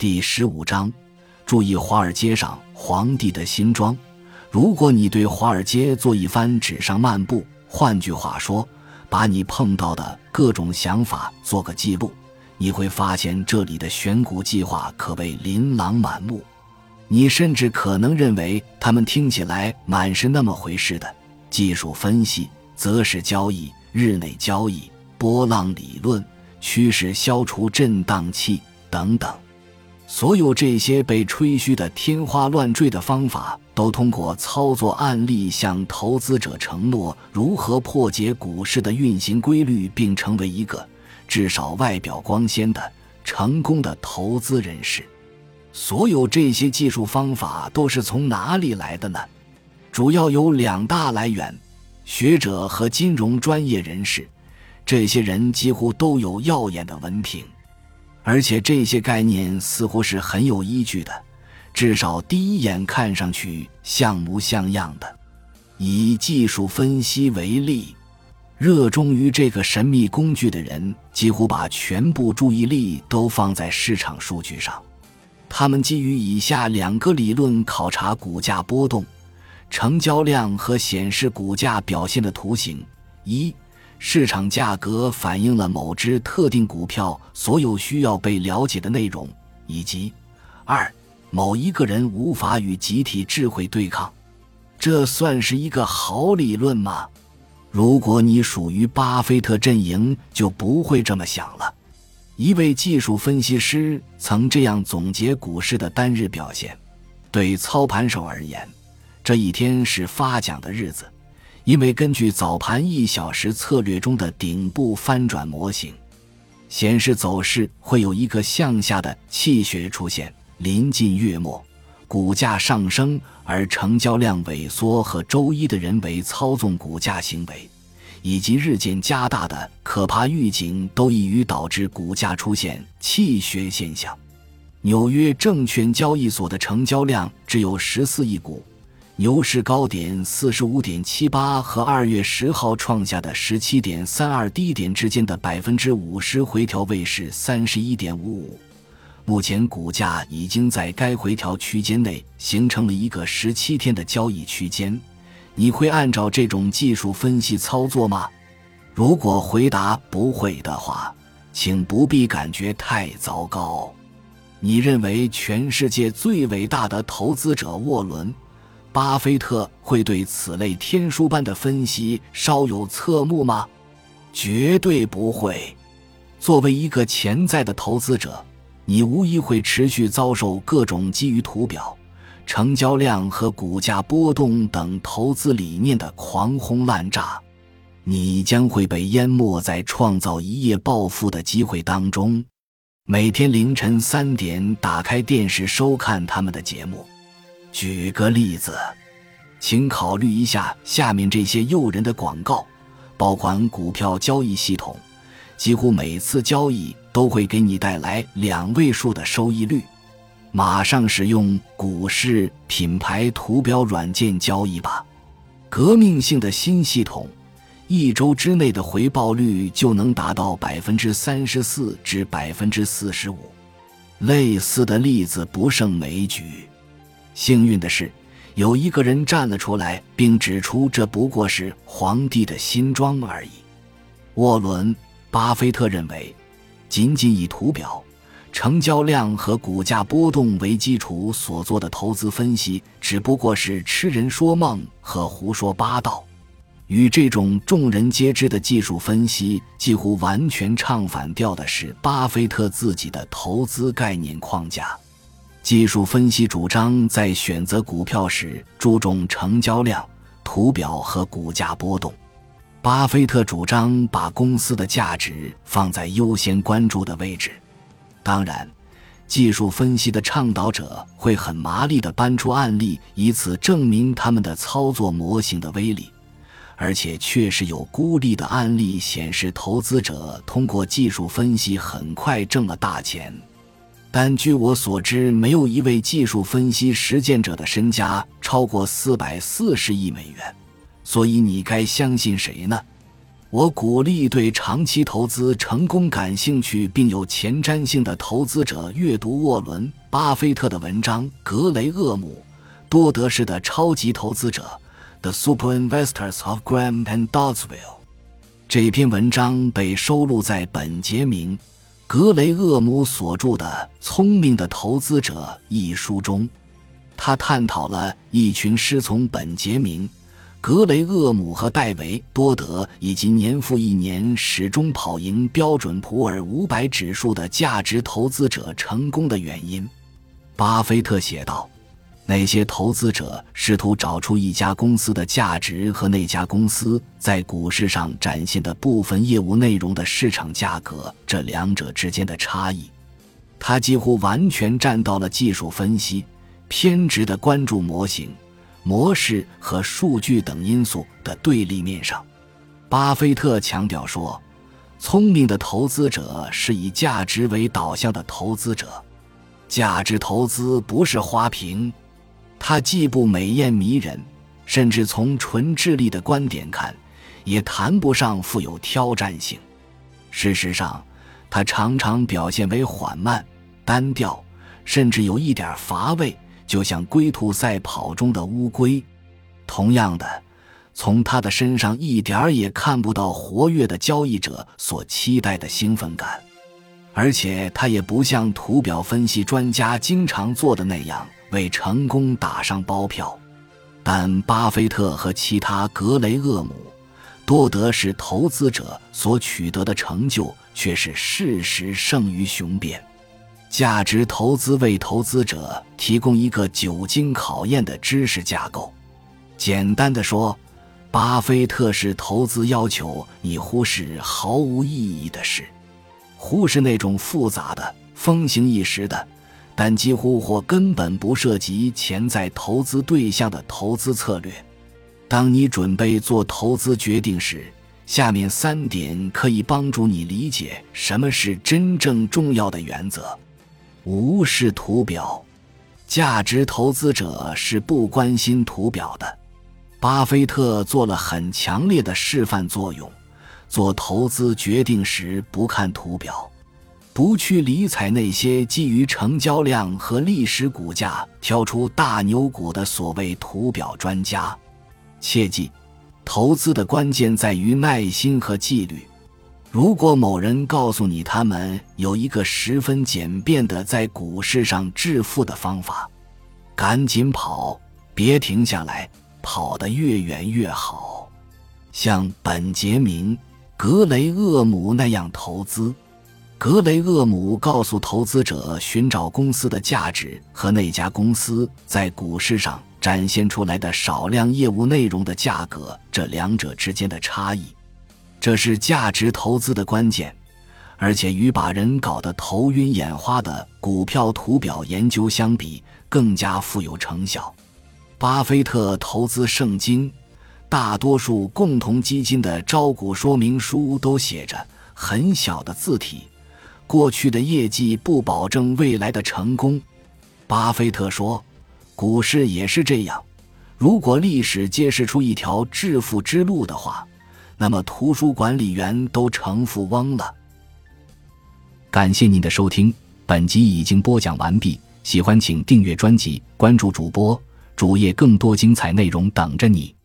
第15章，注意华尔街上皇帝的新装。如果你对华尔街做一番纸上漫步，换句话说，把你碰到的各种想法做个记录，你会发现这里的选股计划可谓琳琅满目。你甚至可能认为他们听起来满是那么回事的：技术分析、择时交易、日内交易、波浪理论、趋势消除震荡器等等。所有这些被吹嘘的天花乱坠的方法，都通过操作案例向投资者承诺如何破解股市的运行规律，并成为一个至少外表光鲜的成功的投资人士。所有这些技术方法都是从哪里来的呢？主要有2大来源：学者和金融专业人士，这些人几乎都有耀眼的文凭，而且这些概念似乎是很有依据的，至少第一眼看上去像模像样的。以技术分析为例，热衷于这个神秘工具的人几乎把全部注意力都放在市场数据上。他们基于以下2个理论考察股价波动、成交量和显示股价表现的图形：一、市场价格反映了某只特定股票所有需要被了解的内容，以及2、某一个人无法与集体智慧对抗。这算是一个好理论吗？如果你属于巴菲特阵营，就不会这么想了。一位技术分析师曾这样总结股市的单日表现：对操盘手而言，这一天是发奖的日子，因为根据早盘1小时策略中的顶部翻转模型，显示走势会有一个向下的气血出现，临近月末，股价上升而成交量萎缩和周一的人为操纵股价行为，以及日渐加大的可怕预警都易于导致股价出现气血现象。纽约证券交易所的成交量只有14亿股，牛市高点 45.78 和2月10号创下的 17.32 低点之间的 50% 回调位是 31.55。 目前股价已经在该回调区间内形成了一个17天的交易区间。你会按照这种技术分析操作吗？如果回答不会的话，请不必感觉太糟糕。你认为全世界最伟大的投资者沃伦·巴菲特会对此类天书般的分析稍有侧目吗？绝对不会。作为一个潜在的投资者，你无疑会持续遭受各种基于图表、成交量和股价波动等投资理念的狂轰滥炸，你将会被淹没在创造一夜暴富的机会当中。每天凌晨3点打开电视收看他们的节目。举个例子，请考虑一下下面这些诱人的广告：爆款股票交易系统，几乎每次交易都会给你带来2位数的收益率。马上使用股市品牌图表软件交易吧。革命性的新系统，1周之内的回报率就能达到 34% 至 45%。 类似的例子不胜枚举。幸运的是，有一个人站了出来，并指出这不过是皇帝的新装而已。沃伦·巴菲特认为，仅仅以图表、成交量和股价波动为基础所做的投资分析，只不过是痴人说梦和胡说八道。与这种众人皆知的技术分析几乎完全唱反调的是巴菲特自己的投资概念框架。技术分析主张在选择股票时注重成交量、图表和股价波动。巴菲特主张把公司的价值放在优先关注的位置。当然，技术分析的倡导者会很麻利地搬出案例，以此证明他们的操作模型的威力，而且确实有孤立的案例显示投资者通过技术分析很快挣了大钱。但据我所知，没有一位技术分析实践者的身家超过440亿美元，所以你该相信谁呢？ 我鼓励对长期投资成功感兴趣并有前瞻性的投资者阅读沃伦·巴菲特的文章《格雷厄姆·多德式的超级投资者》The Super Investors of Graham and Doddsville。这篇文章被收录在本杰明·格雷厄姆所著的《聪明的投资者》一书中。他探讨了一群师从本杰明·格雷厄姆和戴维·多德以及年复一年始终跑赢标准普尔500指数的价值投资者成功的原因。巴菲特写道，那些投资者试图找出一家公司的价值和那家公司在股市上展现的部分业务内容的市场价格这两者之间的差异。他几乎完全站到了技术分析、偏执地关注模型、模式和数据等因素的对立面上。巴菲特强调说，聪明的投资者是以价值为导向的投资者。价值投资不是花瓶，它既不美艳迷人，甚至从纯智力的观点看，也谈不上富有挑战性。事实上，它常常表现为缓慢、单调，甚至有一点乏味，就像龟兔赛跑中的乌龟。同样的，从他的身上一点儿也看不到活跃的交易者所期待的兴奋感，而且他也不像图表分析专家经常做的那样为成功打上包票。但巴菲特和其他格雷厄姆、多德式投资者所取得的成就却是事实胜于雄辩。价值投资为投资者提供一个久经考验的知识架构。简单的说，巴菲特式投资要求你忽视毫无意义的事，忽视那种复杂的、风行一时的，但几乎或根本不涉及潜在投资对象的投资策略。当你准备做投资决定时，下面3点可以帮助你理解什么是真正重要的原则。无视图表，价值投资者是不关心图表的。巴菲特做了很强烈的示范作用，做投资决定时不看图表，不去理睬那些基于成交量和历史股价挑出大牛股的所谓图表专家。切记，投资的关键在于耐心和纪律。如果某人告诉你他们有一个十分简便的在股市上致富的方法，赶紧跑，别停下来，跑得越远越好。像本杰明·格雷厄姆那样投资。格雷厄姆告诉投资者寻找公司的价值和那家公司在股市上展现出来的少量业务内容的价格这两者之间的差异。这是价值投资的关键，而且与把人搞得头晕眼花的股票图表研究相比，更加富有成效。巴菲特投资圣经，大多数共同基金的招股说明书都写着很小的字体，过去的业绩不保证未来的成功。巴菲特说，股市也是这样，如果历史揭示出一条致富之路的话，那么图书管理员都成富翁了。感谢您的收听，本集已经播讲完毕，喜欢请订阅专辑，关注主播，主页更多精彩内容等着你。